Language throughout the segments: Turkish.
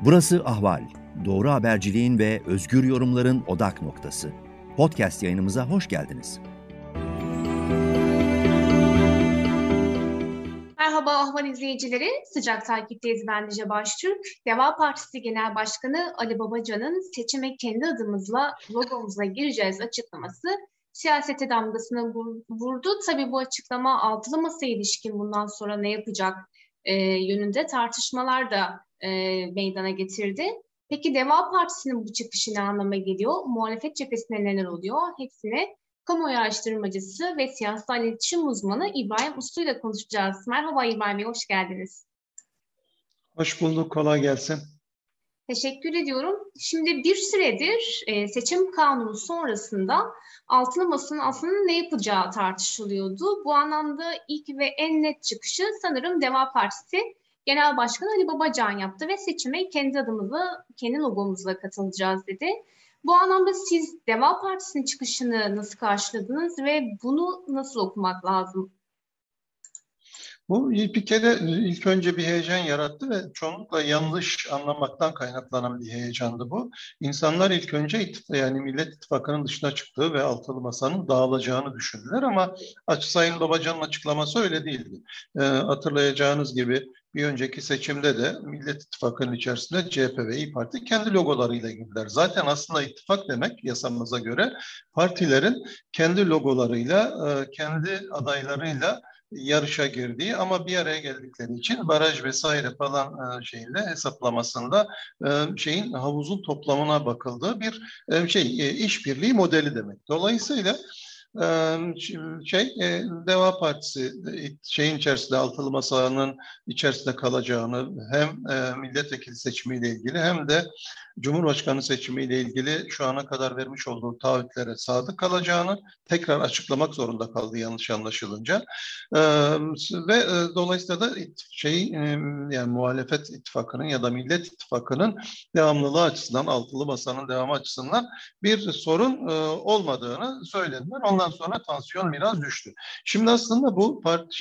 Burası Ahval, doğru haberciliğin ve özgür yorumların odak noktası. Podcast yayınımıza hoş geldiniz. Merhaba Ahval izleyicileri, sıcak takipteyiz ben Dice Baştürk. Deva Partisi Genel Başkanı Ali Babacan'ın seçime kendi adımızla, logomuzla gireceğiz açıklaması siyasete damgasını vurdu. Tabii bu açıklama altılı masaya ilişkin bundan sonra ne yapacak yönünde tartışmalar da meydana getirdi. Peki Deva Partisi'nin bu çıkışı ne anlama geliyor? Muhalefet cephesinde neler oluyor? Hepsini kamuoyu araştırmacısı ve siyasal iletişim uzmanı İbrahim Uslu ile konuşacağız. Merhaba İbrahim Bey, hoş geldiniz. Hoş bulduk, kolay gelsin. Teşekkür ediyorum. Şimdi bir süredir seçim kanunu sonrasında altılı masanın aslında ne yapacağı tartışılıyordu. Bu anlamda ilk ve en net çıkışı sanırım Deva Partisi Genel Başkanı Ali Babacan yaptı ve seçime kendi adımızla, kendi logomuzla katılacağız dedi. Bu anlamda siz Deva Partisi'nin çıkışını nasıl karşıladınız ve bunu nasıl okumak lazım? Bu bir kere ilk önce bir heyecan yarattı ve çoğunlukla yanlış anlamaktan kaynaklanan bir heyecandı bu. İnsanlar ilk önce yani Millet İttifakı'nın dışına çıktığı ve altılı masanın dağılacağını düşündüler ama Sayın Babacan'ın açıklaması öyle değildi. Hatırlayacağınız gibi bir önceki seçimde de Millet İttifakı'nın içerisinde CHP ve İYİ Parti kendi logolarıyla girdiler. Zaten aslında ittifak demek yasamıza göre partilerin kendi logolarıyla, kendi adaylarıyla yarışa girdiği ama bir araya geldikleri için baraj vesaire falan şeyle hesaplamasında havuzun toplamına bakıldığı bir işbirliği modeli demek. Dolayısıyla Deva Partisi şeyin içerisinde altılı masanın içerisinde kalacağını hem milletvekili seçimiyle ilgili hem de Cumhurbaşkanı seçimiyle ilgili şu ana kadar vermiş olduğu taahhütlere sadık kalacağını tekrar açıklamak zorunda kaldı yanlış anlaşılınca. Ve dolayısıyla da yani muhalefet ittifakının ya da Millet İttifakı'nın devamlılığı açısından, altılı masanın devamı açısından bir sorun olmadığını söylediler. Ondan sonra tansiyon biraz düştü. Şimdi aslında bu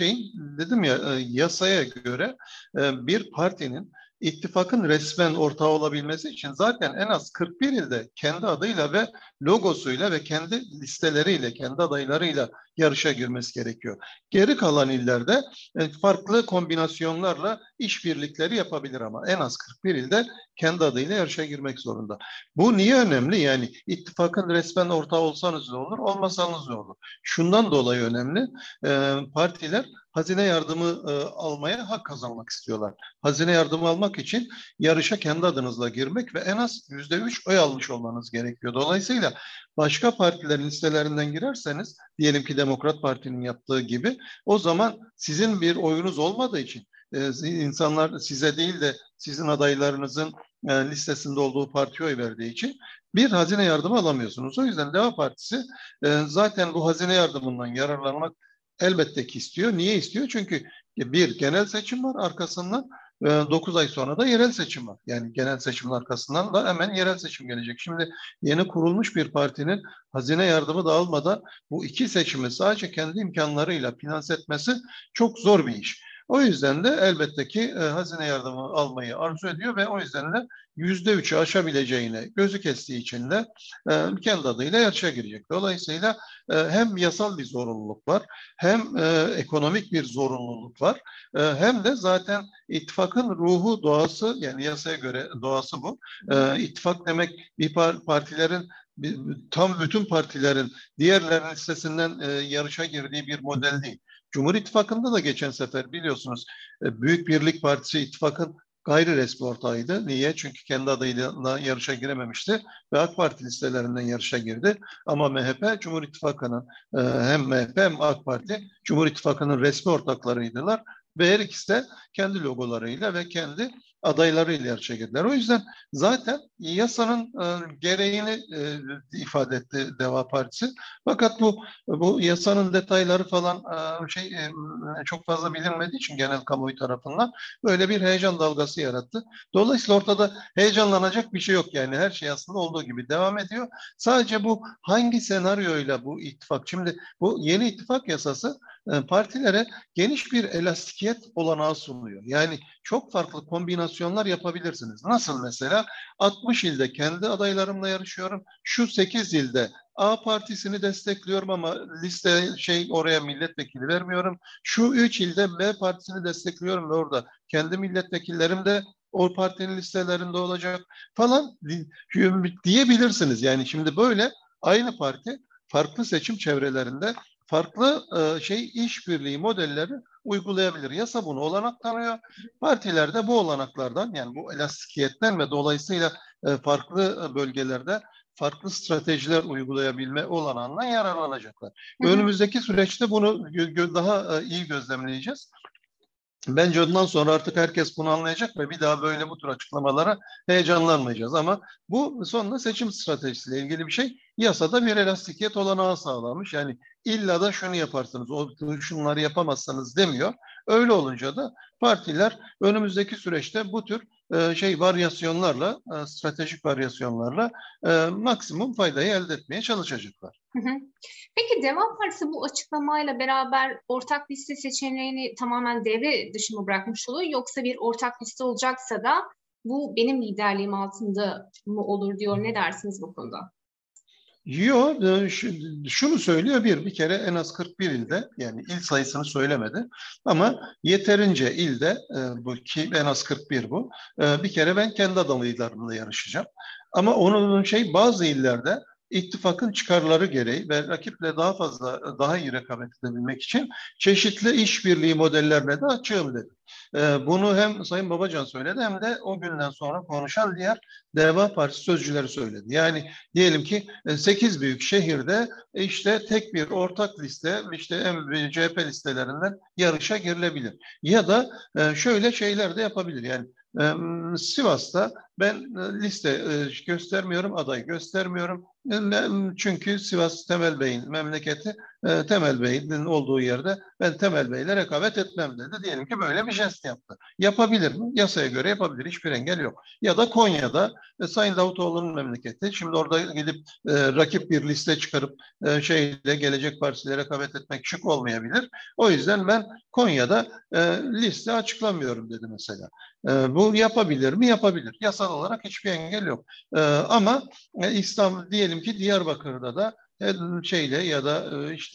dedim ya yasaya göre bir partinin İttifakın resmen ortağı olabilmesi için zaten en az 41 ilde kendi adıyla ve logosuyla ve kendi listeleriyle, kendi adaylarıyla yarışa girmesi gerekiyor. Geri kalan illerde farklı kombinasyonlarla işbirlikleri yapabilir ama en az 41 ilde kendi adıyla yarışa girmek zorunda. Bu niye önemli? Yani ittifakın resmen ortağı olsanız ne olur, olmasanız ne olur? Şundan dolayı önemli. Partiler hazine yardımı almaya hak kazanmak istiyorlar. Hazine yardımı almak için yarışa kendi adınızla girmek ve en az %3 oy almış olmanız gerekiyor. Dolayısıyla başka partilerin listelerinden girerseniz, diyelim ki Demokrat Parti'nin yaptığı gibi, o zaman sizin bir oyunuz olmadığı için insanlar size değil de sizin adaylarınızın listesinde olduğu partiye oy verdiği için bir hazine yardımı alamıyorsunuz. O yüzden Deva Partisi zaten bu hazine yardımından yararlanmak elbette ki istiyor. Niye istiyor? Çünkü bir genel seçim var arkasından 9 ay sonra da yerel seçim var. Yani genel seçimin arkasından da hemen yerel seçim gelecek. Şimdi yeni kurulmuş bir partinin hazine yardımı da almadan bu iki seçimi sadece kendi imkanlarıyla finanse etmesi çok zor bir iş. O yüzden de elbette ki hazine yardımı almayı arzu ediyor ve o yüzden de %3'ü aşabileceğine gözü kestiği için de kendi adıyla yarışa girecek. Dolayısıyla hem yasal bir zorunluluk var, hem ekonomik bir zorunluluk var, hem de zaten ittifakın ruhu, doğası, yani yasaya göre doğası bu. İttifak demek bir partilerin, tam bütün partilerin diğerlerinin listesinden yarışa girdiği bir model değil. Cumhur İttifakı'nda da geçen sefer biliyorsunuz Büyük Birlik Partisi ittifakın gayri resmi ortağıydı. Niye? Çünkü kendi adayla yarışa girememişti ve AK Parti listelerinden yarışa girdi. Ama MHP Cumhur İttifakı'nın hem MHP hem AK Parti Cumhur İttifakı'nın resmi ortaklarıydılar ve her ikisi de kendi logolarıyla ve kendi adaylarıyla yarışa girdiler. O yüzden zaten yasanın gereğini ifade etti Deva Partisi. Fakat bu yasanın detayları falan çok fazla bilinmediği için genel kamuoyu tarafından böyle bir heyecan dalgası yarattı. Dolayısıyla ortada heyecanlanacak bir şey yok yani. Her şey aslında olduğu gibi devam ediyor. Sadece bu hangi senaryoyla bu ittifak? Şimdi bu yeni ittifak yasası partilere geniş bir elastikiyet olanağı sunuyor. Yani çok farklı kombinasyonlar yapabilirsiniz. Nasıl mesela 60 ilde kendi adaylarımla yarışıyorum. Şu 8 ilde A partisini destekliyorum ama liste oraya milletvekili vermiyorum. Şu 3 ilde B partisini destekliyorum ve orada kendi milletvekillerim de o partinin listelerinde olacak falan diyebilirsiniz. Yani şimdi böyle aynı parti farklı seçim çevrelerinde farklı işbirliği modelleri uygulayabilir. Yasa bunu olanak tanıyor. Partiler de bu olanaklardan, yani bu elastikiyetten ve dolayısıyla farklı bölgelerde farklı stratejiler uygulayabilme olanağından yararlanacaklar. Hı hı. Önümüzdeki süreçte bunu daha iyi gözlemleyeceğiz. Bence ondan sonra artık herkes bunu anlayacak ve bir daha böyle bu tür açıklamalara heyecanlanmayacağız. Ama bu sonunda seçim stratejisiyle ilgili bir şey. Yasada bir elastikiyet olanağı sağlanmış. Yani illa da şunu yaparsınız, şunları yapamazsanız demiyor. Öyle olunca da partiler önümüzdeki süreçte bu tür varyasyonlarla, stratejik varyasyonlarla maksimum faydayı elde etmeye çalışacaklar. Hı hı. Peki Deva Partisi bu açıklamayla beraber ortak liste seçeneğini tamamen devre dışı mı bırakmış oluyor, yoksa bir ortak liste olacaksa da bu benim liderliğim altında mı olur diyor? Ne dersiniz bu konuda? Yok, şunu söylüyor bir kere en az 41 ilde, yani il sayısını söylemedi ama yeterince ilde bu ki en az 41 bu. Bir kere ben kendi adaylarımla yarışacağım. Ama onun bazı illerde ittifakın çıkarları gereği ve rakiple daha iyi rekabet edebilmek için çeşitli işbirliği modellerine de açığım dedi. Bunu hem Sayın Babacan söyledi hem de o günden sonra konuşan diğer Deva Partisi sözcüleri söyledi. Yani diyelim ki 8 büyük şehirde işte tek bir ortak liste, işte CHP listelerinden yarışa girilebilir. Ya da şöyle şeyler de yapabilir. Yani Sivas'ta ben liste göstermiyorum, aday göstermiyorum. Çünkü Sivas Temel Bey'in memleketi, Temel Bey'in olduğu yerde ben Temel Bey'le rekabet etmem dedi. Diyelim ki böyle bir jest yaptı. Yapabilir mi? Yasaya göre yapabilir. Hiçbir engel yok. Ya da Konya'da Sayın Davutoğlu'nun memleketi. Şimdi orada gidip rakip bir liste çıkarıp Gelecek Partisi'yle rekabet etmek şık olmayabilir. O yüzden ben Konya'da liste açıklamıyorum dedi mesela. Bu yapabilir mi? Yapabilir. Yasal olarak hiçbir engel yok. Ama İstanbul diyelim ki Diyarbakır'da da ya da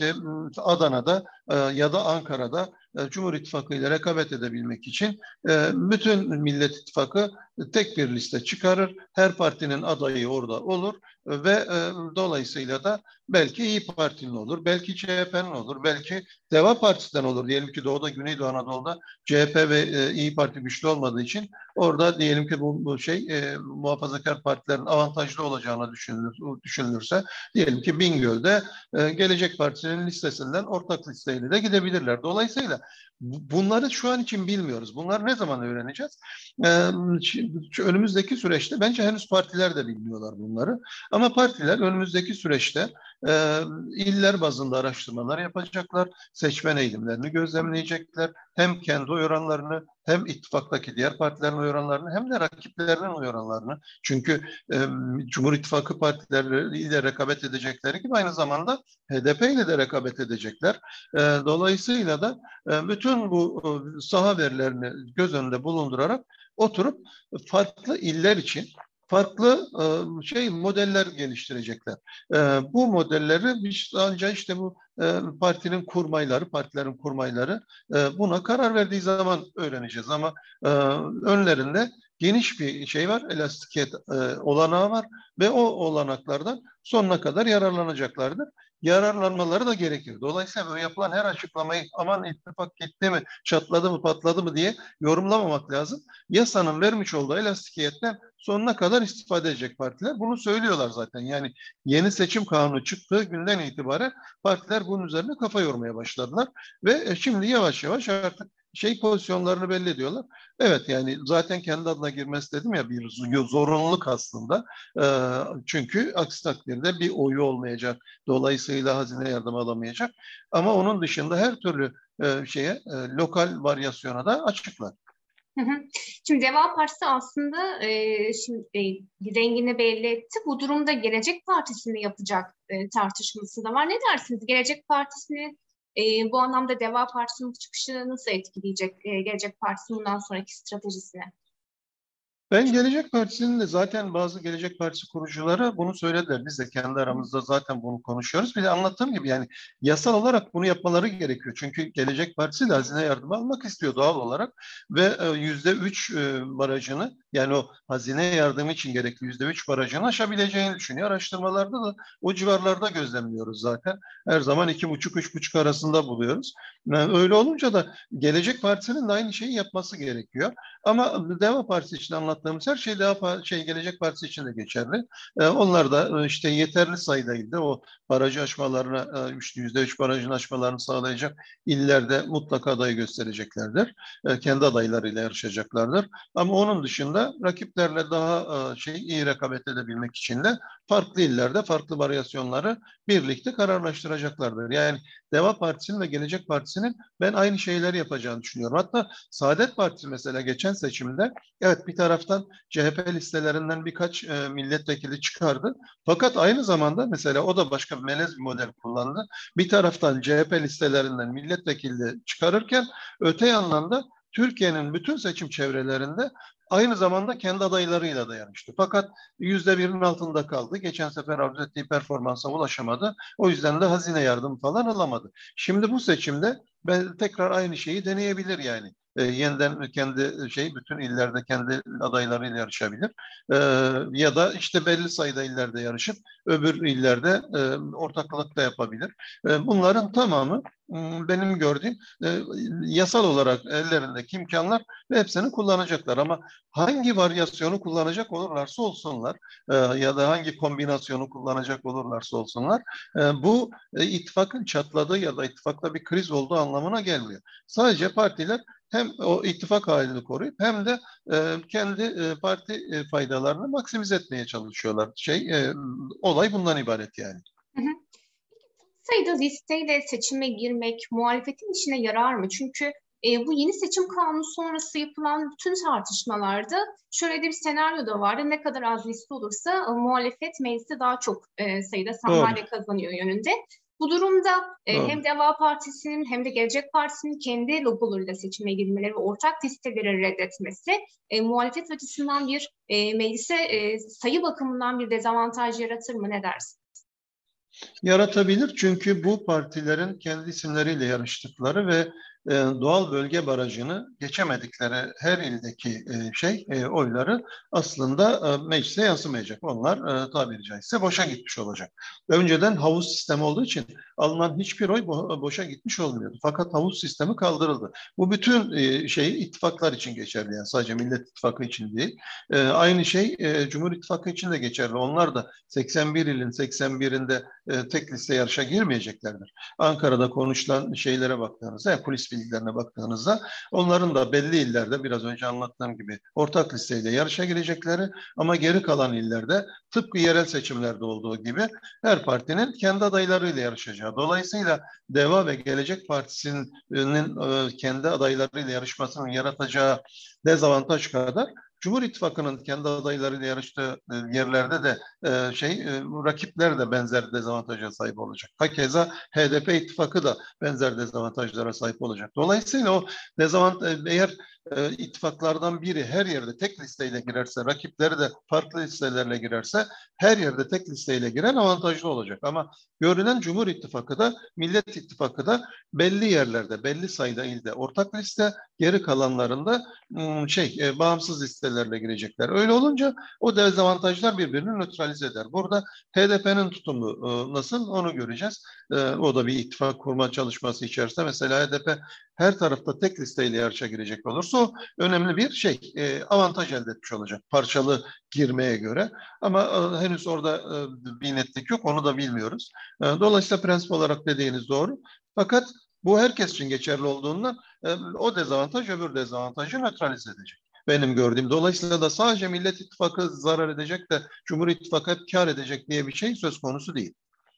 Adana'da ya da Ankara'da Cumhur İttifakı ile rekabet edebilmek için bütün Millet İttifakı tek bir liste çıkarır. Her partinin adayı orada olur ve dolayısıyla da belki İYİ Parti'nin olur, belki CHP'nin olur, belki Deva Partisi'den olur. Diyelim ki Doğu'da, Güneydoğu Anadolu'da CHP ve İYİ Parti güçlü olmadığı için orada diyelim ki bu muhafazakar partilerin avantajlı olacağına düşünülürse diyelim ki Bingöl'de Gelecek Partisi'nin listesinden ortak listeyle de gidebilirler. Dolayısıyla bunları şu an için bilmiyoruz. Bunları ne zaman öğreneceğiz? Önümüzdeki süreçte bence henüz partiler de bilmiyorlar bunları. Ama partiler önümüzdeki süreçte iller bazında araştırmalar yapacaklar, seçmen eğilimlerini gözlemleyecekler. Hem kendi oy oranlarını, hem ittifaktaki diğer partilerin oy oranlarını, hem de rakiplerinin oy oranlarını. Çünkü Cumhur İttifakı partileriyle rekabet edecekleri gibi aynı zamanda HDP ile de rekabet edecekler. Dolayısıyla da bütün bu saha verilerini göz önünde bulundurarak oturup farklı iller için farklı modeller geliştirecekler. Bu modelleri biz ancak bu partilerin kurmayları buna karar verdiği zaman öğreneceğiz. Ama önlerinde geniş bir var, elastikiyet olanağı var ve o olanaklardan sonuna kadar yararlanacaklardır. Yararlanmaları da gerekir. Dolayısıyla böyle yapılan her açıklamayı aman ittifak gitti mi, çatladı mı, patladı mı diye yorumlamamak lazım. Yasanın vermiş olduğu elastikiyetten sonuna kadar istifade edecek partiler. Bunu söylüyorlar zaten. Yani yeni seçim kanunu çıktığı günden itibaren partiler bunun üzerine kafa yormaya başladılar. Ve şimdi yavaş yavaş artık pozisyonlarını belli ediyorlar. Evet, yani zaten kendi adına girmesi dedim ya, bir zorunluluk aslında. Çünkü aksi takdirde bir oyu olmayacak. Dolayısıyla hazine yardımı alamayacak. Ama onun dışında her türlü lokal varyasyona da açıklar. Hı hı. Şimdi Deva Partisi aslında rengini belli etti. Bu durumda Gelecek Partisi'ni yapacak tartışması da var. Ne dersiniz? Gelecek Partisi'ni Bu anlamda Deva Partisi'nin çıkışı nasıl etkileyecek Gelecek Partisi'nin bundan sonraki stratejisini? Ben Gelecek Partisi'nin de zaten bazı Gelecek Partisi kurucuları bunu söylediler. Biz de kendi aramızda zaten bunu konuşuyoruz. Bir de anlattığım gibi yani yasal olarak bunu yapmaları gerekiyor. Çünkü Gelecek Partisi de hazine yardımı almak istiyor doğal olarak ve %3 barajını yani o hazine yardımı için gerekli %3 barajını aşabileceğini düşünüyor. Araştırmalarda da o civarlarda gözlemliyoruz zaten. Her zaman 2,5-3,5 arasında buluyoruz. Yani öyle olunca da Gelecek Partisi'nin de aynı şeyi yapması gerekiyor. Ama Deva Partisi için anlattığımız her şey Gelecek Partisi için de geçerli. Onlar da işte yeterli sayıdaydı. O barajı aşmalarına, %3 barajını aşmalarını sağlayacak illerde mutlaka aday göstereceklerdir. Kendi adaylarıyla yarışacaklardır. Ama onun dışında rakiplerle daha iyi rekabet edebilmek için de farklı illerde farklı varyasyonları birlikte kararlaştıracaklardır. Yani Deva Partisi'nin ve Gelecek Partisi'nin ben aynı şeyleri yapacağını düşünüyorum. Hatta Saadet Partisi mesela geçen seçimde evet bir taraftan CHP listelerinden birkaç milletvekili çıkardı. Fakat aynı zamanda mesela o da başka bir melez bir model kullandı. Bir taraftan CHP listelerinden milletvekili çıkarırken öte yandan da Türkiye'nin bütün seçim çevrelerinde aynı zamanda kendi adaylarıyla da yarıştı. Fakat %1'in altında kaldı. Geçen sefer arzu ettiği performansa ulaşamadı. O yüzden de hazine yardımı falan alamadı. Şimdi bu seçimde ben tekrar aynı şeyi deneyebilir yani. Yeniden bütün illerde kendi adaylarıyla yarışabilir. Ya da işte belli sayıda illerde yarışıp öbür illerde ortaklık da yapabilir. Bunların tamamı benim gördüğüm yasal olarak ellerindeki imkanlar ve hepsini kullanacaklar. Ama hangi varyasyonu kullanacak olurlarsa olsunlar ya da hangi kombinasyonu kullanacak olurlarsa olsunlar bu ittifakın çatladığı ya da ittifakta bir kriz olduğu anlamına gelmiyor. Sadece partiler hem o ittifak halini koruyup hem de kendi parti faydalarını maksimize etmeye çalışıyorlar. Olay bundan ibaret yani. Hı hı. Sayıda listeyle seçime girmek muhalefetin işine yarar mı? Çünkü bu yeni seçim kanunu sonrası yapılan bütün tartışmalarda şöyle de bir senaryo da vardı. Ne kadar az liste olursa muhalefet mecliste daha çok sayıda sandalye kazanıyor yönünde. Bu durumda hem Deva Partisi'nin hem de Gelecek Partisi'nin kendi logolarıyla seçime girmeleri ve ortak listeleri reddetmesi muhalefet açısından bir meclise sayı bakımından bir dezavantaj yaratır mı? Ne dersin? Yaratabilir çünkü bu partilerin kendi isimleriyle yarıştıkları ve doğal bölge barajını geçemedikleri her ildeki oyları aslında meclise yansımayacak. Onlar tabiri caizse boşa gitmiş olacak. Önceden havuz sistemi olduğu için alınan hiçbir oy boşa gitmiş olmuyordu. Fakat havuz sistemi kaldırıldı. Bu bütün ittifaklar için geçerli yani sadece Millet İttifakı için değil. Aynı şey Cumhur İttifakı için de geçerli. Onlar da 81 ilin 81'inde tek liste yarışa girmeyeceklerdir. Ankara'da konuşulan şeylere baktığınızda, yani kulis bilgilerine baktığınızda onların da belli illerde biraz önce anlattığım gibi ortak listeyle yarışa girecekleri ama geri kalan illerde tıpkı yerel seçimlerde olduğu gibi her partinin kendi adaylarıyla yarışacağı. Dolayısıyla Deva ve Gelecek Partisi'nin kendi adaylarıyla yarışmasının yaratacağı dezavantaj kadar Cumhur İttifakı'nın kendi adaylarıyla yarıştığı yerlerde de rakipler de benzer dezavantaja sahip olacak. Hakeza HDP ittifakı da benzer dezavantajlara sahip olacak. Dolayısıyla o eğer ittifaklardan biri her yerde tek listeyle girerse, rakipleri de farklı listelerle girerse her yerde tek listeyle giren avantajlı olacak. Ama görünen Cumhur İttifakı da Millet İttifakı da belli yerlerde, belli sayıda ilde ortak liste, geri kalanlarında bağımsız listelerle girecekler. Öyle olunca o dezavantajlar birbirini nötralize eder. Burada HDP'nin tutumu nasıl onu göreceğiz. O da bir ittifak kurma çalışması içerisinde. Mesela HDP her tarafta tek listeyle yarışa girecek olursa o önemli bir avantaj elde etmiş olacak. Parçalı girmeye göre. Ama henüz orada bir netlik yok. Onu da bilmiyoruz. Dolayısıyla prensip olarak dediğiniz doğru. Fakat bu herkes için geçerli olduğundan o dezavantaj öbür dezavantajı nötralize edecek. Benim gördüğüm. Dolayısıyla da sadece Millet İttifakı zarar edecek de Cumhur İttifakı hep kar edecek diye bir şey söz konusu değil.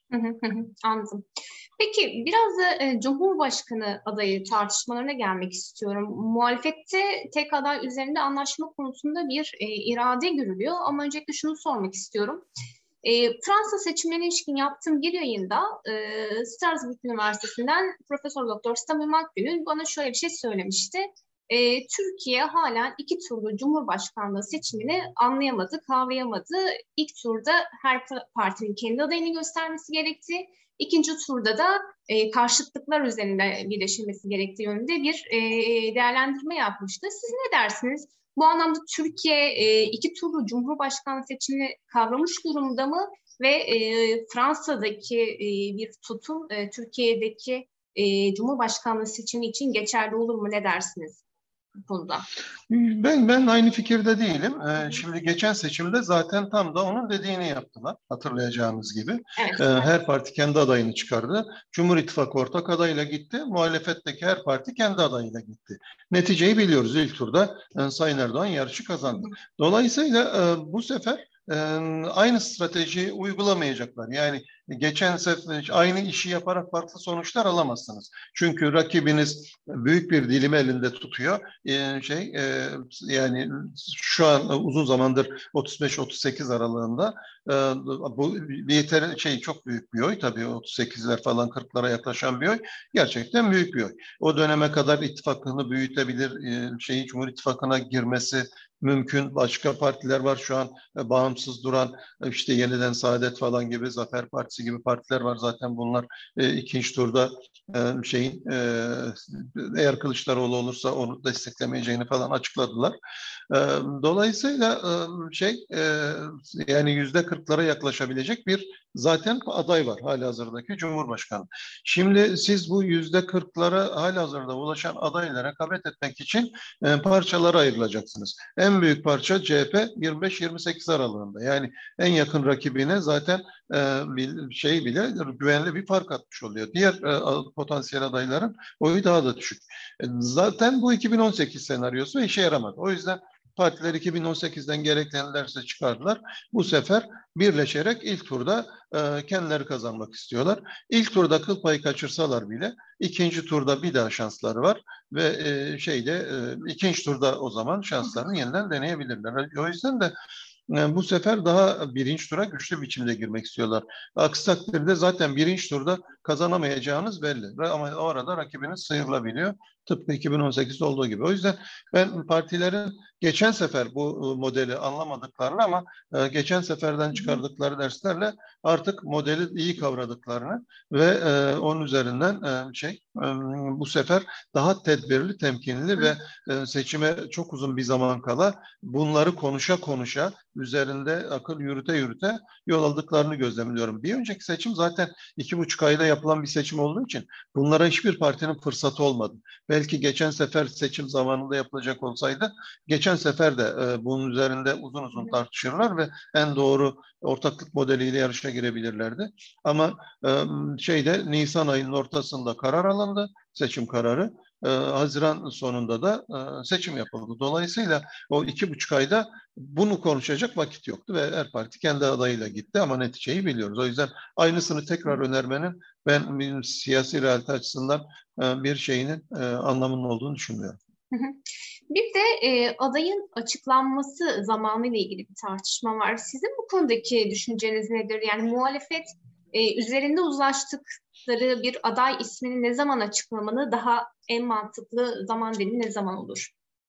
Anladım. Peki biraz da Cumhurbaşkanı adayı tartışmalarına gelmek istiyorum. Muhalefette tek aday üzerinde anlaşma konusunda bir irade görülüyor ama öncelikle şunu sormak istiyorum. Fransa seçimlerine ilişkin yaptığım bir yayında Strasbourg Üniversitesi'nden Profesör Doktor Sami Makgül'ün bana şöyle bir şey söylemişti. Türkiye halen iki turlu Cumhurbaşkanlığı seçimini anlayamadı, kavrayamadı. İlk turda her partinin kendi adayını göstermesi gerekti. İkinci turda da karşıtlıklar üzerinde birleşilmesi gerektiği yönünde bir değerlendirme yapmıştı. Siz ne dersiniz? Bu anlamda Türkiye iki turlu Cumhurbaşkanlığı seçimini kavramış durumda mı? Ve Fransa'daki bir tutum Türkiye'deki Cumhurbaşkanlığı seçimi için geçerli olur mu? Ne dersiniz bu konuda? Ben aynı fikirde değilim. Şimdi geçen seçimde zaten tam da onun dediğini yaptılar. Hatırlayacağınız gibi. Evet. Her parti kendi adayını çıkardı. Cumhur İttifakı ortak adayla gitti. Muhalefetteki her parti kendi adayıyla gitti. Neticeyi biliyoruz. İlk turda Sayın Erdoğan yarışı kazandı. Dolayısıyla bu sefer aynı stratejiyi uygulamayacaklar. Yani geçen sefer aynı işi yaparak farklı sonuçlar alamazsınız. Çünkü rakibiniz büyük bir dilimi elinde tutuyor. Yani şu an uzun zamandır 35-38 aralığında bu bir çok büyük bir oy. Tabii 38'ler falan 40'lara yaklaşan bir oy. Gerçekten büyük bir oy. O döneme kadar ittifakını büyütebilir, Cumhur İttifakı'na girmesi mümkün. Başka partiler var şu an bağımsız duran, işte Yeniden Saadet falan gibi, Zafer Partisi gibi partiler var. Zaten bunlar ikinci turda eğer Kılıçdaroğlu olursa onu desteklemeyeceğini falan açıkladılar. Dolayısıyla yani %40'lara yaklaşabilecek bir zaten aday var halihazırdaki Cumhurbaşkanı. Şimdi siz bu %40'lara halihazırda ulaşan adayla rekabet etmek için parçalara ayrılacaksınız. En büyük parça CHP 25-28 aralığında. Yani en yakın rakibine zaten bile güvenli bir fark atmış oluyor. Diğer potansiyel adayların oyu daha da düşük. Zaten bu 2018 senaryosu işe yaramadı. O yüzden partiler 2018'den gerekli derse çıkardılar. Bu sefer birleşerek ilk turda kendileri kazanmak istiyorlar. İlk turda kıl payı kaçırsalar bile ikinci turda bir daha şansları var ve ikinci turda o zaman şanslarını yeniden deneyebilirler. O yüzden de bu sefer daha birinci tura güçlü biçimde girmek istiyorlar. Aksi takdirde zaten birinci turda kazanamayacağınız belli. Ama o arada rakibiniz sıyrılabiliyor. Tıpkı 2018'de olduğu gibi. O yüzden ben partilerin geçen sefer bu modeli anlamadıklarını ama geçen seferden çıkardıkları derslerle artık modeli iyi kavradıklarını ve onun üzerinden bu sefer daha tedbirli, temkinli ve seçime çok uzun bir zaman kala bunları konuşa üzerinde akıl yürüte yol aldıklarını gözlemliyorum. Bir önceki seçim zaten 2,5 ayda yapılan bir seçim olduğu için bunlara hiçbir partinin fırsatı olmadı. Belki geçen sefer seçim zamanında yapılacak olsaydı geçen sefer de bunun üzerinde uzun tartışırlar ve en doğru ortaklık modeliyle yarışa girebilirlerdi. Ama Nisan ayının ortasında karar alındı, seçim kararı. Haziran sonunda da seçim yapıldı. Dolayısıyla o 2,5 ayda bunu konuşacak vakit yoktu ve her parti kendi adayıyla gitti ama neticeyi biliyoruz. O yüzden aynısını tekrar önermenin ben siyasi realite açısından bir anlamının olduğunu düşünmüyorum. Bir de adayın açıklanması zamanıyla ilgili bir tartışma var. Sizin bu konudaki düşünceniz nedir? Yani muhalefet üzerinde uzlaştıkları bir aday ismini ne zaman açıklamanı daha en mantıklı zaman dilimi ne zaman olur?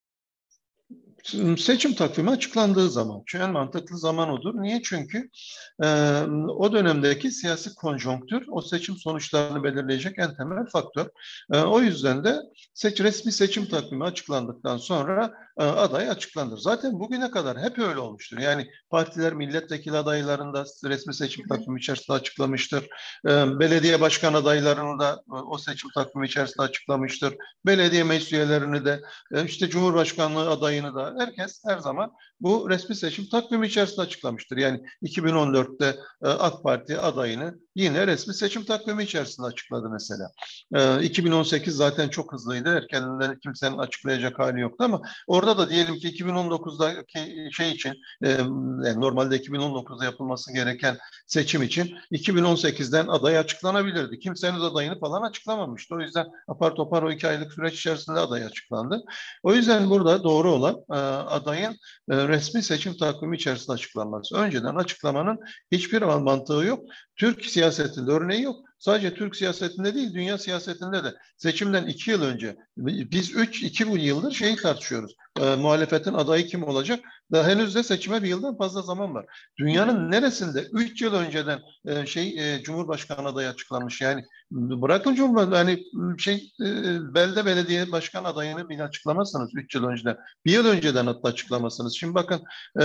Seçim takvimi açıklandığı zaman. En mantıklı zaman odur. Niye? Çünkü o dönemdeki siyasi konjonktür o seçim sonuçlarını belirleyecek en temel faktör. O yüzden de resmi seçim takvimi açıklandıktan sonra aday açıklanır. Zaten bugüne kadar hep öyle olmuştur. Yani partiler milletvekili adaylarını da resmi seçim takvimi içerisinde açıklamıştır. Belediye başkan adaylarını da o seçim takvimi içerisinde açıklamıştır. Belediye meclis üyelerini de Cumhurbaşkanlığı adayını da herkes her zaman bu resmi seçim takvimi içerisinde açıklamıştır. Yani 2014'te AK Parti adayını yine resmi seçim takvimi içerisinde açıkladı mesela. 2018 zaten çok hızlıydı. Erkeninden kimsenin açıklayacak hali yoktu ama orada orada da diyelim ki 2019'daki şey için yani normalde 2019'da yapılması gereken seçim için 2018'den aday açıklanabilirdi. Kimsenin adayını falan açıklamamıştı. O yüzden apar topar o 2 aylık süreç içerisinde aday açıklandı. O yüzden burada doğru olan adayın resmi seçim takvimi içerisinde açıklanması. Önceden açıklamanın hiçbir mantığı yok. Türk siyasetinde örneği yok. Sadece Türk siyasetinde değil, dünya siyasetinde de seçimden 2 yıl önce biz 2 yıldır şeyi tartışıyoruz. Muhalefetin adayı kim olacak? Daha henüz de seçime bir yıldan fazla zaman var. Dünyanın neresinde 3 yıl önceden Cumhurbaşkanı adayı açıklanmış? Yani bırakın Cumhurbaşkanı hani belde belediye başkan adayını bile açıklamazsanız 3 yıl önceden, bir yıl önceden hatta açıklamasınız. Şimdi bakın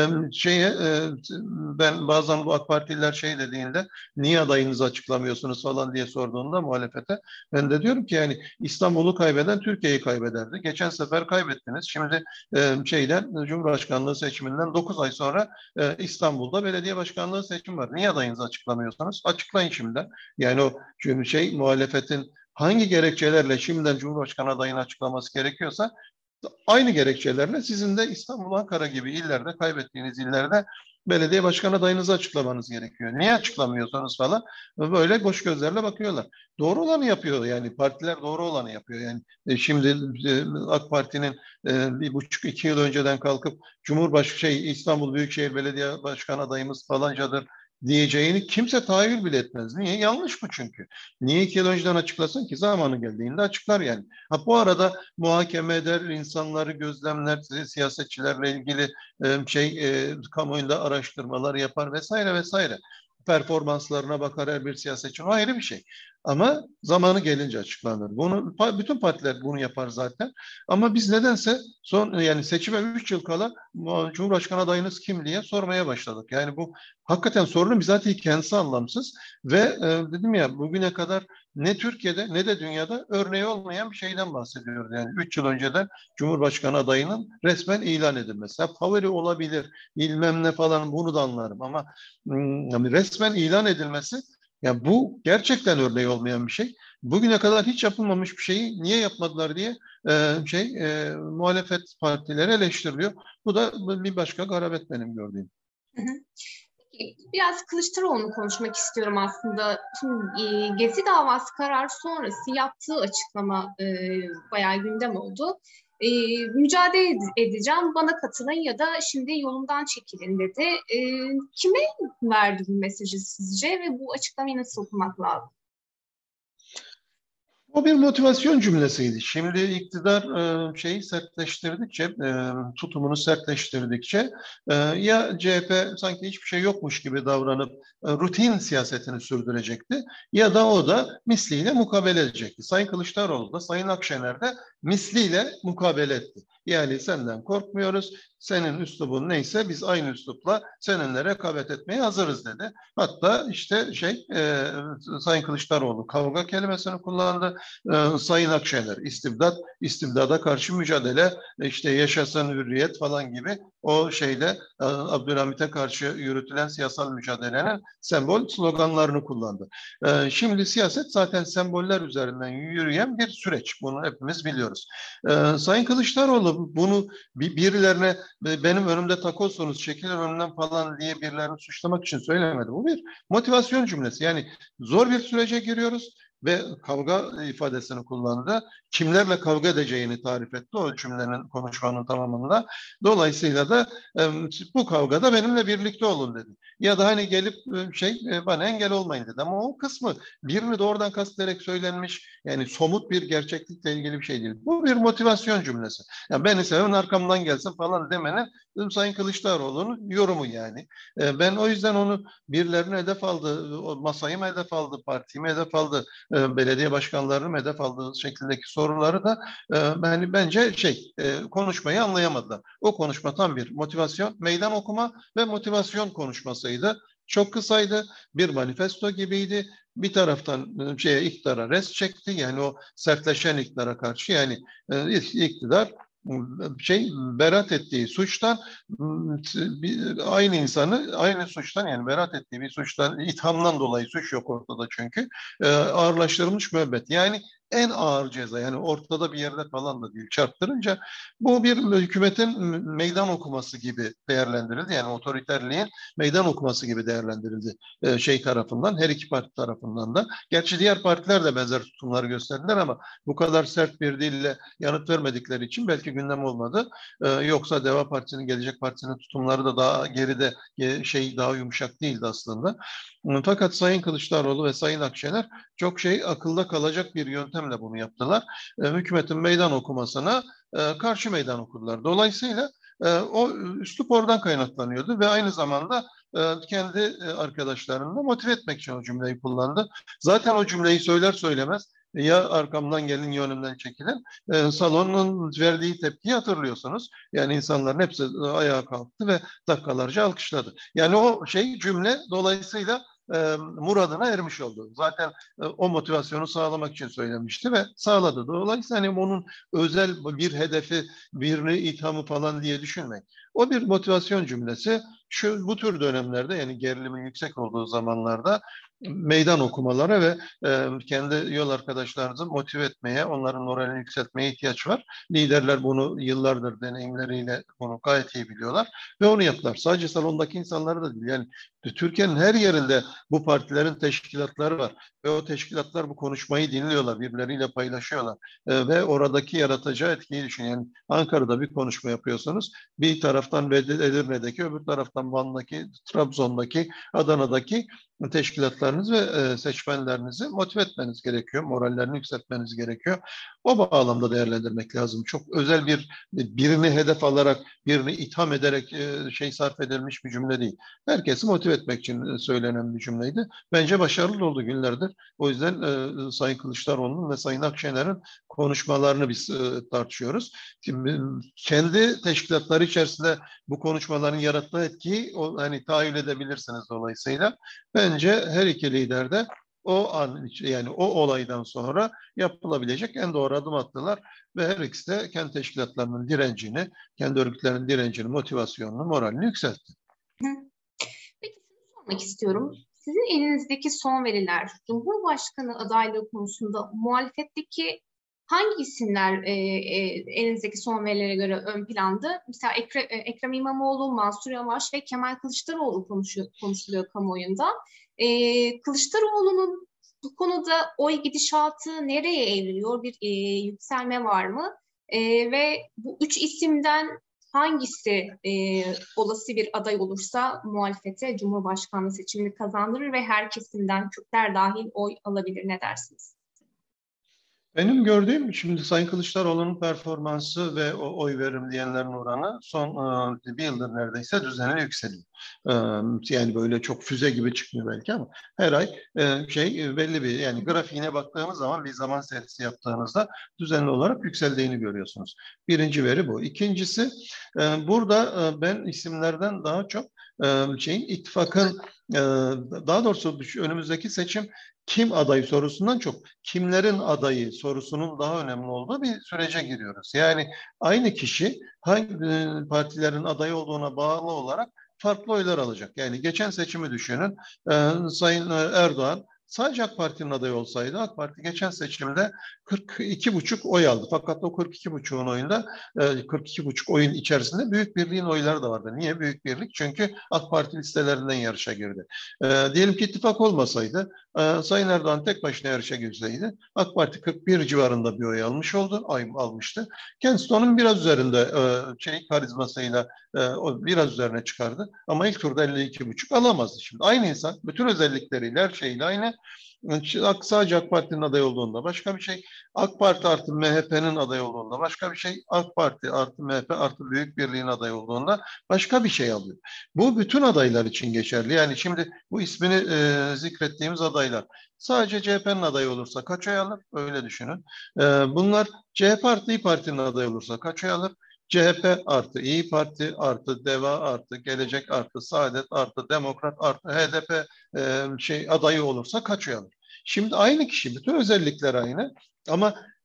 ben bazen bu AK Partililer dediğinde niye adayınızı açıklamıyorsunuz falan diye sorduğunda muhalefete ben de diyorum ki yani İstanbul'u kaybeden Türkiye'yi kaybederdi. Geçen sefer kaybettiniz. Şimdi Cumhurbaşkanlığı seçiminden 9 ay sonra İstanbul'da belediye başkanlığı seçimi var. Niye adayınızı açıklamıyorsanız açıklayın şimdiden. Yani o muhalefetin hangi gerekçelerle şimdiden Cumhurbaşkanı adayını açıklaması gerekiyorsa aynı gerekçelerle sizin de İstanbul, Ankara gibi illerde, kaybettiğiniz illerde belediye başkan adayınızı açıklamanız gerekiyor. Niye açıklamıyorsanız falan böyle boş gözlerle bakıyorlar. Doğru olanı yapıyor yani partiler doğru olanı yapıyor. Yani şimdi AK Parti'nin 1,5-2 yıl önceden kalkıp İstanbul Büyükşehir Belediye Başkan adayımız falancadır diyeceğini kimse tahayyül bile etmez. Niye? Yanlış bu çünkü. Niye 2 yıl önceden açıklasın ki? Zamanı geldiğinde açıklar yani. Bu arada muhakeme eder, insanları gözlemler, siyasetçilerle ilgili kamuoyunda araştırmalar yapar vesaire vesaire. Performanslarına bakar her bir siyasetçi. O ayrı bir şey. Ama zamanı gelince açıklanır. Bütün partiler bunu yapar zaten. Ama biz nedense yani seçime 3 yıl kala Cumhurbaşkanı adayınız kim diye sormaya başladık. Yani bu hakikaten sorunun bizatihi kendisi anlamsız ve dedim ya bugüne kadar ne Türkiye'de ne de dünyada örneği olmayan bir şeyden bahsediyoruz. Yani 3 yıl önceden Cumhurbaşkanı adayının resmen ilan edilmesi. Favori olabilir, bilmem ne falan bunu da anlarım ama yani resmen ilan edilmesi yani bu gerçekten örneği olmayan bir şey. Bugüne kadar hiç yapılmamış bir şeyi niye yapmadılar diye muhalefet partileri eleştiriliyor. Bu da bir başka garabet benim gördüğüm. Hı hı. Biraz Kılıçdaroğlu'nu konuşmak istiyorum aslında. Şimdi Gezi davası kararı sonrası yaptığı açıklama bayağı gündem oldu. Mücadele edeceğim, bana katılın ya da şimdi yolumdan çekilin dedi. Kime verdi bu mesajı sizce ve bu açıklamayı nasıl okumak lazım? O bir motivasyon cümlesiydi. Şimdi iktidar sertleştirdikçe, tutumunu sertleştirdikçe ya CHP sanki hiçbir şey yokmuş gibi davranıp rutin siyasetini sürdürecekti ya da o da misliyle mukabele edecekti. Sayın Kılıçdaroğlu da Sayın Akşener de misliyle mukabele etti. Yani senden korkmuyoruz, senin üslubun neyse biz aynı üslupla seninle rekabet etmeye hazırız dedi. Hatta Sayın Kılıçdaroğlu kavga kelimesini kullandı. Sayın Akşener istibdada karşı mücadele, yaşasın hürriyet falan gibi o Abdülhamit'e karşı yürütülen siyasal mücadelenin sembol sloganlarını kullandı. Şimdi siyaset zaten semboller üzerinden yürüyen bir süreç. Bunu hepimiz biliyoruz. Sayın Kılıçdaroğlu bunu birilerine benim önümde takozsunuz, çekilin önümden falan diye birilerini suçlamak için söylemedi. Bu bir motivasyon cümlesi. Yani zor bir sürece giriyoruz ve kavga ifadesini kullandı. Kimlerle kavga edeceğini tarif etti o cümlenin, konuşmanın tamamında. Dolayısıyla da bu kavgada benimle birlikte olun dedi. Ya da hani gelip bana engel olmayın dedi. Ama o kısmı birini doğrudan kastederek söylenmiş, yani somut bir gerçeklikle ilgili bir şey değil. Bu bir motivasyon cümlesi. Yani beni sevin arkamdan gelsin falan demenin Sayın Kılıçdaroğlu'nun yorumu yani. Ben o yüzden onu birilerine hedef aldı, masayı mı hedef aldı, partiyi mi hedef aldı, belediye başkanlarının hedef aldığı şeklindeki soruları da bence konuşmayı anlayamadılar. O konuşma tam bir motivasyon, meydan okuma ve motivasyon konuşmasıydı. Çok kısaydı, bir manifesto gibiydi. Bir taraftan iktidara res çekti, yani o sertleşen iktidara karşı, yani iktidar beraat ettiği suçtan aynı suçtan, yani beraat ettiği bir suçtan, ithamdan dolayı suç yok ortada çünkü ağırlaştırılmış müebbet. Yani en ağır ceza, yani ortada bir yerde falan da değil, çarptırınca bu bir hükümetin meydan okuması gibi değerlendirildi. Yani otoriterliğin meydan okuması gibi değerlendirildi şey tarafından, her iki parti tarafından da. Gerçi diğer partiler de benzer tutumları gösterdiler ama bu kadar sert bir dille yanıt vermedikleri için belki gündem olmadı. Yoksa Deva Partisi'nin, Gelecek Partisi'nin tutumları da daha geride, daha yumuşak değildi aslında. Fakat Sayın Kılıçdaroğlu ve Sayın Akşener çok akılda kalacak bir yöntemle bunu yaptılar. Hükümetin meydan okumasına karşı meydan okudular. Dolayısıyla o üslup oradan kaynaklanıyordu ve aynı zamanda kendi arkadaşlarını da motive etmek için o cümleyi kullandı. Zaten o cümleyi söyler söylemez ya arkamdan gelin ya önümden çekilin. Salonun verdiği tepkiyi hatırlıyorsunuz. Yani insanların hepsi ayağa kalktı ve dakikalarca alkışladı. Yani o cümle dolayısıyla muradına ermiş oldu. Zaten o motivasyonu sağlamak için söylemişti ve sağladı. Dolayısıyla hani onun özel bir hedefi, birini ithamı falan diye düşünmeyin. O bir motivasyon cümlesi. Bu tür dönemlerde, yani gerilimin yüksek olduğu zamanlarda meydan okumalara ve kendi yol arkadaşlarınızı motive etmeye, onların moralini yükseltmeye ihtiyaç var. Liderler bunu yıllardır deneyimleriyle bunu gayet iyi biliyorlar ve onu yaptılar. Sadece salondaki insanları da değil. Yani Türkiye'nin her yerinde bu partilerin teşkilatları var ve o teşkilatlar bu konuşmayı dinliyorlar, birbirleriyle paylaşıyorlar ve oradaki yaratacağı etkiyi düşünün. Yani Ankara'da bir konuşma yapıyorsanız bir taraftan Edirne'deki, öbür taraftan Van'daki, Trabzon'daki, Adana'daki teşkilatlarınız ve seçmenlerinizi motive etmeniz gerekiyor, morallerini yükseltmeniz gerekiyor. O bağlamda değerlendirmek lazım. Çok özel birini hedef alarak, birini itham ederek sarf edilmiş bir cümle değil. Herkesi motive etmek için söylenen bir cümleydi. Bence başarılı oldu günlerdir. O yüzden Sayın Kılıçdaroğlu'nun ve Sayın Akşener'in konuşmalarını biz tartışıyoruz. Şimdi, kendi teşkilatları içerisinde bu konuşmaların yarattığı etkiyi tahayyül edebilirsiniz dolayısıyla. Bence her iki lider de o an, yani o olaydan sonra yapılabilecek en doğru adım attılar ve her ikisi de kendi teşkilatlarının direncini, kendi örgütlerinin direncini, motivasyonunu, moralini yükseltti. Peki şunu sormak istiyorum. Sizin elinizdeki son veriler, Cumhurbaşkanı adaylığı konusunda muhalefetteki hangi isimler elinizdeki son verilere göre ön planda? Mesela Ekrem İmamoğlu, Mansur Yavaş ve Kemal Kılıçdaroğlu konuşuluyor kamuoyunda. Kılıçdaroğlu'nun bu konuda oy gidişatı nereye evriliyor? Bir yükselme var mı? Ve bu üç isimden hangisi olası bir aday olursa muhalefete Cumhurbaşkanlığı seçimini kazandırır ve her kesimden, Kürtler dahil oy alabilir, ne dersiniz? Benim gördüğüm, şimdi Sayın Kılıçdaroğlu'nun performansı ve o oy verim diyenlerin oranı son bir yıldır neredeyse düzenli yükseliyor. Yani böyle çok füze gibi çıkmıyor belki ama her ay belli bir, yani grafiğine baktığımız zaman, bir zaman serisi yaptığınızda düzenli olarak yükseldiğini görüyorsunuz. Birinci veri bu. İkincisi, burada ben isimlerden daha çok ittifakın, daha doğrusu önümüzdeki seçim kim adayı sorusundan çok kimlerin adayı sorusunun daha önemli olduğu bir sürece giriyoruz. Yani aynı kişi hangi partilerin adayı olduğuna bağlı olarak farklı oylar alacak. Yani geçen seçimi düşünün. Sayın Erdoğan sadece AK Parti'nin adayı olsaydı, AK Parti geçen seçimde 42,5 oy aldı. Fakat o 42,5'un oyunda 42,5 oyun içerisinde Büyük Birliğin oyları da vardı. Niye Büyük Birlik? Çünkü AK Parti listelerinden yarışa girdi. Diyelim ki ittifak olmasaydı, Sayın Erdoğan tek başına yarışa girseydi, AK Parti 41 civarında bir oy almıştı. Kendisi onun biraz üzerinde karizmasıyla biraz üzerine çıkardı. Ama ilk turda 52,5 alamazdı şimdi. Aynı insan, bütün özellikleriyle, her şeyle aynı. Sadece AK Parti'nin aday olduğunda başka bir şey. AK Parti artı MHP'nin aday olduğunda başka bir şey. AK Parti artı MHP artı Büyük Birliğin aday olduğunda başka bir şey alıyor. Bu bütün adaylar için geçerli. Yani şimdi bu ismini zikrettiğimiz adaylar sadece CHP'nin adayı olursa kaç oy alır? Öyle düşünün. Bunlar CHP artı İYİ Parti'nin adayı olursa kaç oy alır? CHP artı İYİ Parti artı DEVA artı Gelecek artı Saadet artı Demokrat artı HDP adayı olursa kaç oy alır? Şimdi aynı kişi, bütün özellikler aynı ama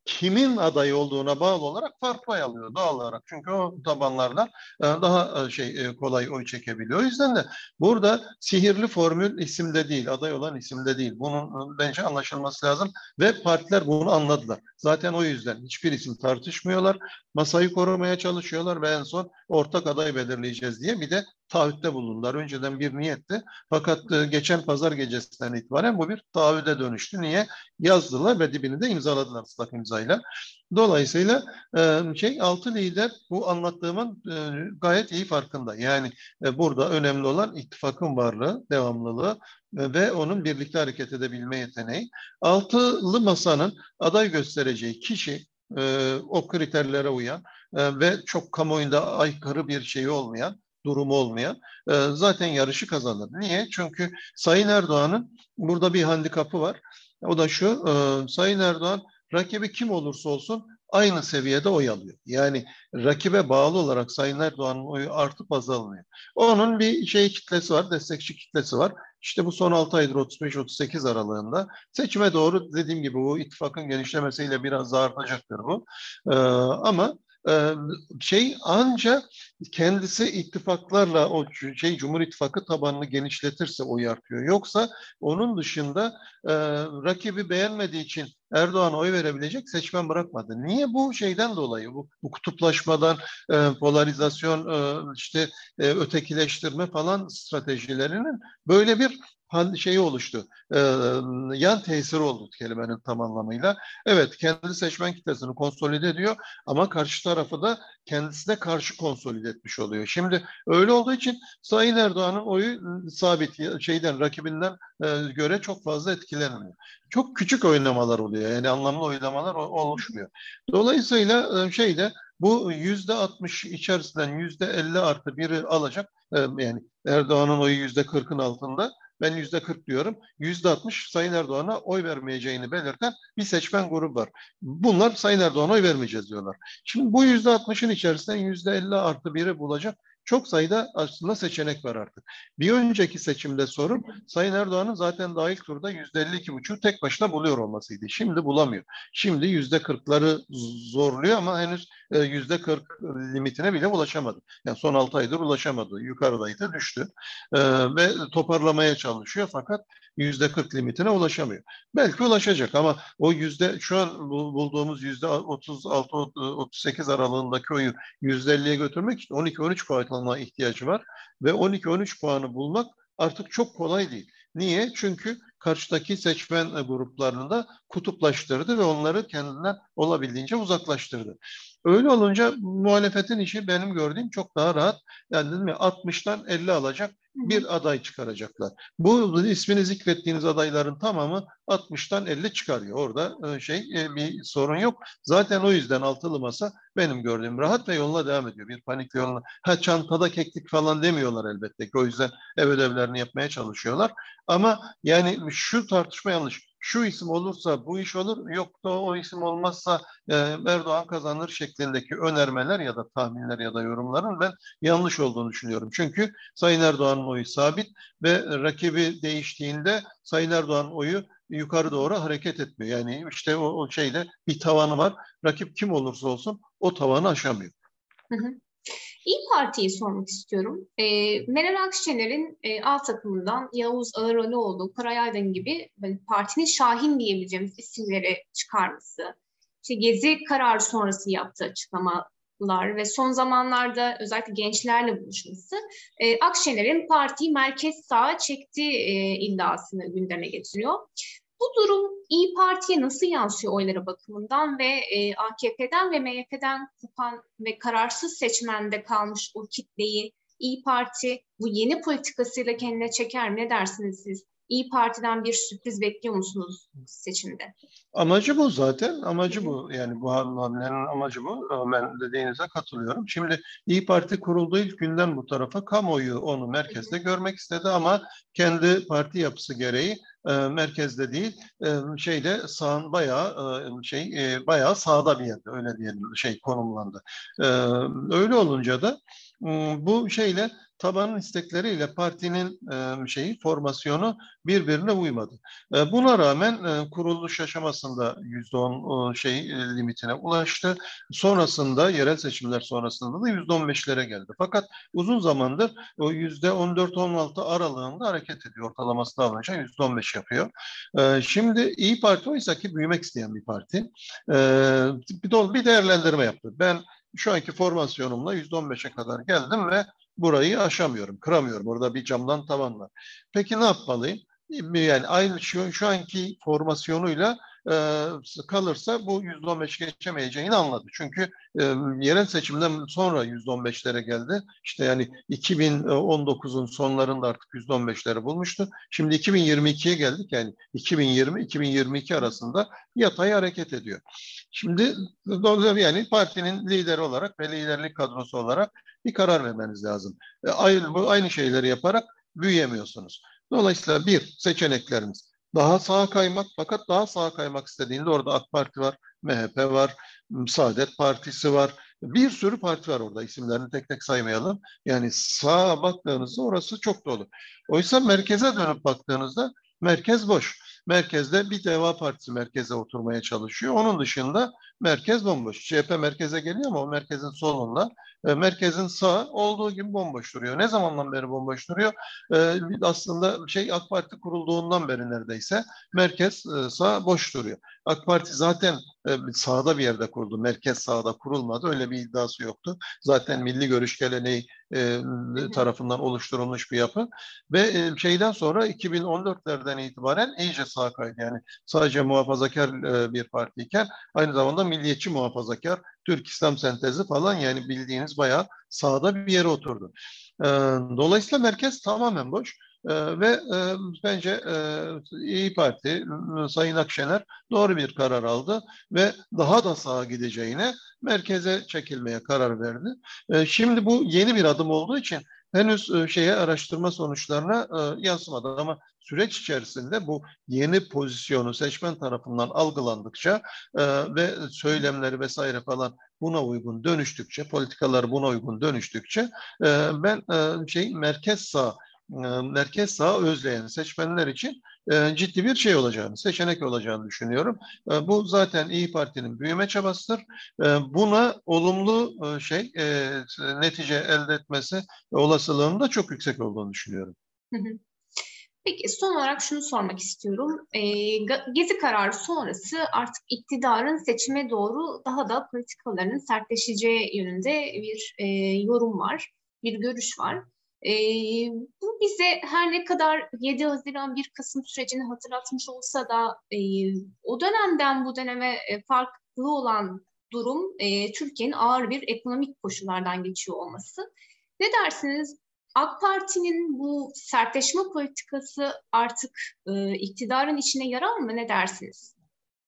kimin adayı olduğuna bağlı olarak farklı oy alıyor doğal olarak. Çünkü o tabanlarda daha kolay oy çekebiliyor. O yüzden de burada sihirli formül isimde değil, aday olan isimde değil. Bunun bence anlaşılması lazım ve partiler bunu anladılar. Zaten o yüzden hiçbir isim tartışmıyorlar. Masayı korumaya çalışıyorlar ve en son ortak aday belirleyeceğiz diye bir de taahhütte bulundular. Önceden bir niyetti. Fakat geçen pazar gecesinden itibaren bu bir taahhüde dönüştü. Niye? Yazdılar ve dibini de imzaladılar ıslak imzayla. Dolayısıyla altı lider bu anlattığımın gayet iyi farkında. Yani burada önemli olan ittifakın varlığı, devamlılığı ve onun birlikte hareket edebilme yeteneği. Altılı masanın aday göstereceği kişi o kriterlere uyan ve çok kamuoyunda aykırı bir şey olmayan, durumu olmayan zaten yarışı kazanır. Niye? Çünkü Sayın Erdoğan'ın burada bir handikapı var. O da şu, Sayın Erdoğan rakibi kim olursa olsun aynı seviyede oy alıyor. Yani rakibe bağlı olarak Sayın Erdoğan'ın oyu artıp azalmıyor. Onun bir kitlesi var, destekçi kitlesi var. İşte bu son 6 aydır 35-38 aralığında seçime doğru dediğim gibi bu ittifakın genişlemesiyle biraz daha artacaktır bu. Ama e, ancak kendisi ittifaklarla o Cumhur İttifakı tabanını genişletirse oy artıyor. Yoksa onun dışında rakibi beğenmediği için Erdoğan'a oy verebilecek seçmen bırakmadı. Niye? Bu şeyden dolayı, bu kutuplaşmadan, polarizasyon, ötekileştirme falan stratejilerinin böyle bir oluştu. Yan tesiri oldu kelimenin tam anlamıyla. Evet, kendi seçmen kitlesini konsolide ediyor ama karşı tarafı da kendisine karşı konsolide etmiş oluyor. Şimdi öyle olduğu için Sayın Erdoğan'ın oyu sabit, rakibinden göre çok fazla etkilenmiyor. Çok küçük oynamalar oluyor. Yani anlamlı oynamalar oluşmuyor. Dolayısıyla bu %60 içerisinden %50 artı biri alacak. Yani Erdoğan'ın oyu %40'ın altında. Ben %40 diyorum. %60 Sayın Erdoğan'a oy vermeyeceğini belirten bir seçmen grubu var. Bunlar Sayın Erdoğan'a oy vermeyeceğiz diyorlar. Şimdi bu %60'ın içerisinden %50 artı biri bulacak çok sayıda aslında seçenek var artık. Bir önceki seçimde sorun Sayın Erdoğan'ın zaten daha ilk turda %52,5 tek başına buluyor olmasıydı. Şimdi bulamıyor. Şimdi %40'ları zorluyor ama henüz %40 limitine bile ulaşamadı. Yani son 6 aydır ulaşamadı. Yukarıdaydı, düştü. Ve toparlamaya çalışıyor fakat %40 limitine ulaşamıyor. Belki ulaşacak ama o şu an bulduğumuz %36-38 aralığındaki oyu %50'ye götürmek için 12-13 puanına ihtiyacı var ve 12-13 puanı bulmak artık çok kolay değil. Niye? Çünkü karşıdaki seçmen gruplarını da kutuplaştırdı ve onları kendinden olabildiğince uzaklaştırdı. Öyle olunca muhalefetin işi benim gördüğüm çok daha rahat. Yani dedim ya 60'tan 50 alacak bir aday çıkaracaklar. Bu ismini zikrettiğiniz adayların tamamı 60'tan 50 çıkarıyor. Orada bir sorun yok. Zaten o yüzden altılı masa benim gördüğüm rahat ve yoluna devam ediyor. Bir panikle yoluna. Çantada keklik falan demiyorlar elbette ki. O yüzden ev ödevlerini yapmaya çalışıyorlar. Ama yani şu tartışma yanlış. Şu isim olursa bu iş olur, yok da o isim olmazsa Erdoğan kazanır şeklindeki önermeler ya da tahminler ya da yorumların ben yanlış olduğunu düşünüyorum. Çünkü Sayın Erdoğan'ın oyu sabit ve rakibi değiştiğinde Sayın Erdoğan'ın oyu yukarı doğru hareket etmiyor. Yani işte o bir tavanı var. Rakip kim olursa olsun o tavanı aşamıyor. Hı hı. İYİ Parti'yi sormak istiyorum. Meral Akşener'in alt takımından Yavuz Ağıraloğlu, Koray Aydın gibi partinin şahin diyebileceğimiz isimleri çıkarması, işte Gezi kararı sonrası yaptığı açıklamalar ve son zamanlarda özellikle gençlerle buluşması Akşener'in partiyi merkez sağa çektiği iddiasını gündeme getiriyor. Bu durum İYİ Parti'ye nasıl yansıyor oyları bakımından ve AKP'den ve MHP'den kopan ve kararsız seçmende kalmış o kitleyi İYİ Parti bu yeni politikasıyla kendine çeker mi? Ne dersiniz siz? İYİ Parti'den bir sürpriz bekliyor musunuz seçimde? Amacı bu zaten. Amacı bu. Yani bu hamlenin amacı bu. Ben dediğinize katılıyorum. Şimdi İYİ Parti kurulduğu ilk günden bu tarafa kamuoyu onu merkezde görmek istedi ama kendi parti yapısı gereği merkezde değil sağın bayağı sağda bir yerde öyle diyelim konumlandı. Öyle olunca da Bu şeyle tabanın istekleriyle partinin formasyonu birbirine uymadı. Buna rağmen kuruluş aşamasında %10 limitine ulaştı. Sonrasında yerel seçimler sonrasında da %15'lere geldi. Fakat uzun zamandır o %14-16 aralığında hareket ediyor. Ortalamasını alınca %15 yapıyor. Şimdi İyi Parti oysa ki büyümek isteyen bir parti. Bir değerlendirme yaptı. Ben şu anki formasyonumla %15'e kadar geldim ve burayı aşamıyorum, kıramıyorum. Orada bir camdan tavan var. Peki ne yapmalıyım? Yani aynı şu anki formasyonuyla kalırsa bu %15 geçemeyeceğini anladı. Çünkü yerel seçimden sonra %15'lere geldi. İşte yani 2019'un sonlarında artık %15'leri bulmuştu. Şimdi 2022'ye geldik. Yani 2020-2022 arasında yatay hareket ediyor. Şimdi yani partinin lideri olarak ve liderlik kadrosu olarak bir karar vermeniz lazım. Aynı şeyleri yaparak büyüyemiyorsunuz. Dolayısıyla bir seçeneklerimiz daha sağa kaymak, fakat daha sağa kaymak istediğinde orada AK Parti var, MHP var, Saadet Partisi var. Bir sürü parti var orada, isimlerini tek tek saymayalım. Yani sağa baktığınızda orası çok dolu. Oysa merkeze dönüp baktığınızda merkez boş. Merkezde bir Deva Partisi merkeze oturmaya çalışıyor. Onun dışında merkez bomboş. CHP merkeze geliyor ama o merkezin solunda, merkezin sağı olduğu gibi bomboş duruyor. Ne zamandan beri bomboş duruyor? Aslında AK Parti kurulduğundan beri neredeyse merkez sağ boş duruyor. AK Parti zaten sağda bir yerde kuruldu. Merkez sağda kurulmadı. Öyle bir iddiası yoktu. Zaten milli görüş geleneği tarafından oluşturulmuş bir yapı. Ve şeyden sonra 2014'lerden itibaren iyice sağa kaydı. Yani sadece muhafazakar bir partiyken aynı zamanda milliyetçi muhafazakar, Türk İslam sentezi falan, yani bildiğiniz bayağı sağda bir yere oturdu. Dolayısıyla merkez tamamen boş. Ve bence İyi Parti, Sayın Akşener doğru bir karar aldı ve daha da sağa gideceğine merkeze çekilmeye karar verdi. Şimdi bu yeni bir adım olduğu için henüz araştırma sonuçlarına yansımadı ama süreç içerisinde bu yeni pozisyonu seçmen tarafından algılandıkça ve söylemleri vesaire falan buna uygun dönüştükçe, politikalar buna uygun dönüştükçe ben merkez sağ özleyen seçmenler için ciddi bir seçenek olacağını düşünüyorum. Bu zaten İyi Parti'nin büyüme çabasıdır. Buna olumlu netice elde etmesi olasılığının da çok yüksek olduğunu düşünüyorum. Peki son olarak şunu sormak istiyorum. Gezi kararı sonrası artık iktidarın seçime doğru daha da politikalarının sertleşeceği yönünde bir yorum var, bir görüş var. Bu bize her ne kadar 7 Haziran 1 Kasım sürecini hatırlatmış olsa da o dönemden bu döneme farklı olan durum Türkiye'nin ağır bir ekonomik koşullardan geçiyor olması. Ne dersiniz? AK Parti'nin bu sertleşme politikası artık iktidarın içine yarar mı? Ne dersiniz?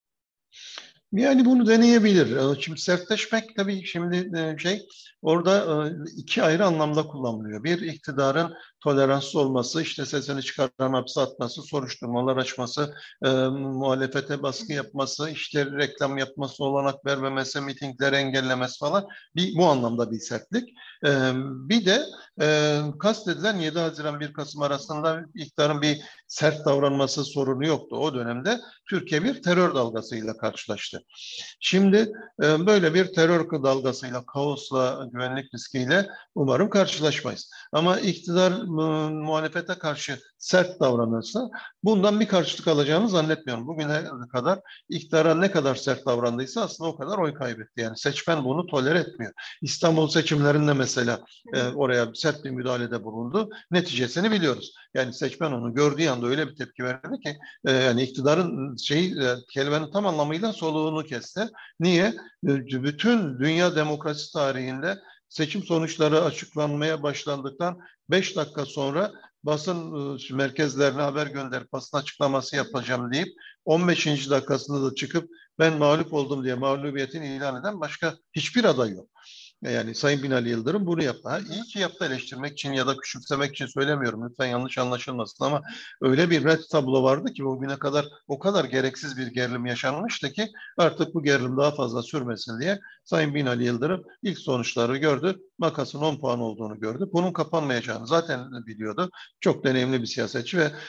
Yani bunu deneyebilir. Şimdi sertleşmek tabii şimdi orada iki ayrı anlamda kullanılıyor. Bir, iktidarın toleranssız olması, işte sesini çıkaran hapse atması, soruşturmalar açması, muhalefete baskı yapması, işte reklam yapması, olanak vermemesi, mitingleri engellemesi falan, bu anlamda bir sertlik. Bir de kastedilen 7 Haziran 1 Kasım arasında iktidarın bir sert davranması sorunu yoktu. O dönemde Türkiye bir terör dalgasıyla karşılaştı. Şimdi böyle bir terör dalgasıyla, kaosla, güvenlik riskiyle umarım karşılaşmayız. Ama iktidar muhalefete karşı sert davranırsa bundan bir karşılık alacağını zannetmiyorum. Bugüne kadar iktidara ne kadar sert davrandıysa aslında o kadar oy kaybetti. Yani seçmen bunu tolere etmiyor. İstanbul seçimlerinde mesela oraya sert bir müdahalede bulundu. Neticesini biliyoruz. Yani seçmen onu gördüğü anda öyle bir tepki verdi ki yani iktidarın kelimenin tam anlamıyla soluğunu kesti. Niye? Bütün dünya demokrasi tarihinde seçim sonuçları açıklanmaya başlandıktan 5 dakika sonra basın merkezlerine haber gönderip basın açıklaması yapacağım deyip 15. dakikasında da çıkıp ben mağlup oldum diye mağlubiyetin ilan eden başka hiçbir aday yok. Yani Sayın Binali Yıldırım bunu yaptı. Ha, iyi ki yaptı, eleştirmek için ya da küçümsemek için söylemiyorum. Lütfen yanlış anlaşılmasın ama öyle bir red tablo vardı ki bugüne kadar o kadar gereksiz bir gerilim yaşanmıştı ki artık bu gerilim daha fazla sürmesin diye Sayın Binali Yıldırım ilk sonuçları gördü. Makasın 10 puan olduğunu gördü. Bunun kapanmayacağını zaten biliyordu. Çok deneyimli bir siyasetçi ve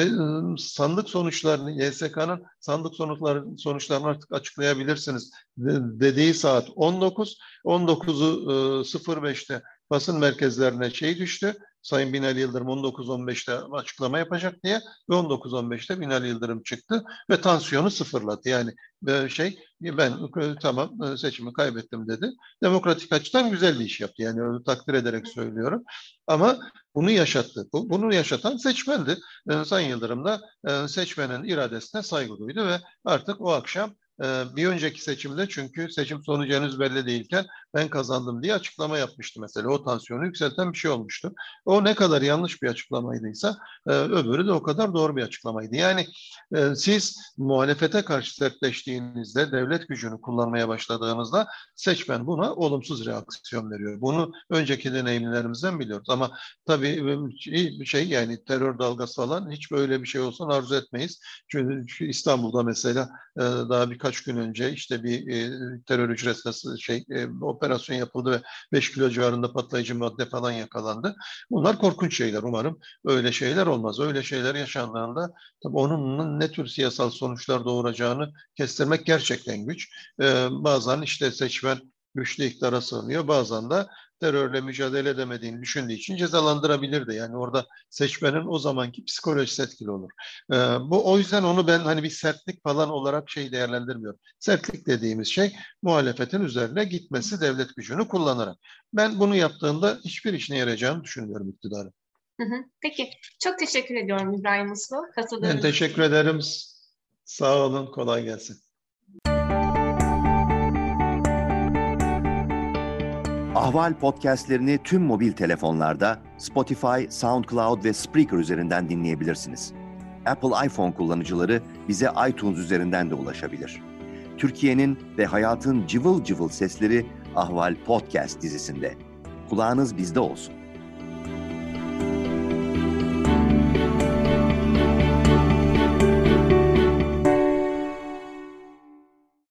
sandık sonuçlarını, YSK'nın sandık sonuçlarını artık açıklayabilirsiniz dediği saat 19. 19'u 05'te basın merkezlerine şey düştü. Sayın Binali Yıldırım 19.15'te açıklama yapacak diye ve 19.15'te Binali Yıldırım çıktı ve tansiyonu sıfırladı. Yani ben tamam seçimi kaybettim dedi. Demokratik açıdan güzel bir iş yaptı. Yani onu takdir ederek söylüyorum. Ama bunu yaşattı. Bunu yaşatan seçmendi. Sayın Yıldırım da seçmenin iradesine saygı duydu ve artık o akşam bir önceki seçimde, çünkü seçim sonucu henüz belli değilken ben kazandım diye açıklama yapmıştı mesela. O tansiyonu yükselten bir şey olmuştu. O ne kadar yanlış bir açıklamaydıysa öbürü de o kadar doğru bir açıklamaydı. Yani siz muhalefete karşı sertleştiğinizde, devlet gücünü kullanmaya başladığınızda seçmen buna olumsuz reaksiyon veriyor. Bunu önceki deneyimlerimizden biliyoruz. Ama tabii yani terör dalgası falan hiç böyle bir şey olsun arzu etmeyiz. Çünkü İstanbul'da mesela daha birkaç gün önce işte bir terör hücresine operasyon yapıldı ve 5 kilo civarında patlayıcı madde falan yakalandı. Bunlar korkunç şeyler. Umarım öyle şeyler olmaz. Öyle şeyler yaşandığında tabii onun ne tür siyasal sonuçlar doğuracağını kestirmek gerçekten güç. Bazen işte seçmen güçlü iktidara sığınıyor. Bazen de terörle mücadele edemediğini düşündüğü için cezalandırabilir de. Yani orada seçmenin o zamanki psikolojisi etkili olur. O yüzden onu ben hani bir sertlik falan olarak değerlendirmiyorum. Sertlik dediğimiz şey muhalefetin üzerine gitmesi devlet gücünü kullanarak. Ben bunu yaptığında hiçbir işine yarayacağını düşünmüyorum iktidarın. Peki. Çok teşekkür ediyorum İbrahim Uslu. Ben teşekkür ederim. Sağ olun. Kolay gelsin. Ahval podcastlerini tüm mobil telefonlarda Spotify, SoundCloud ve Spreaker üzerinden dinleyebilirsiniz. Apple iPhone kullanıcıları bize iTunes üzerinden de ulaşabilir. Türkiye'nin ve hayatın cıvıl cıvıl sesleri Ahval Podcast dizisinde. Kulağınız bizde olsun.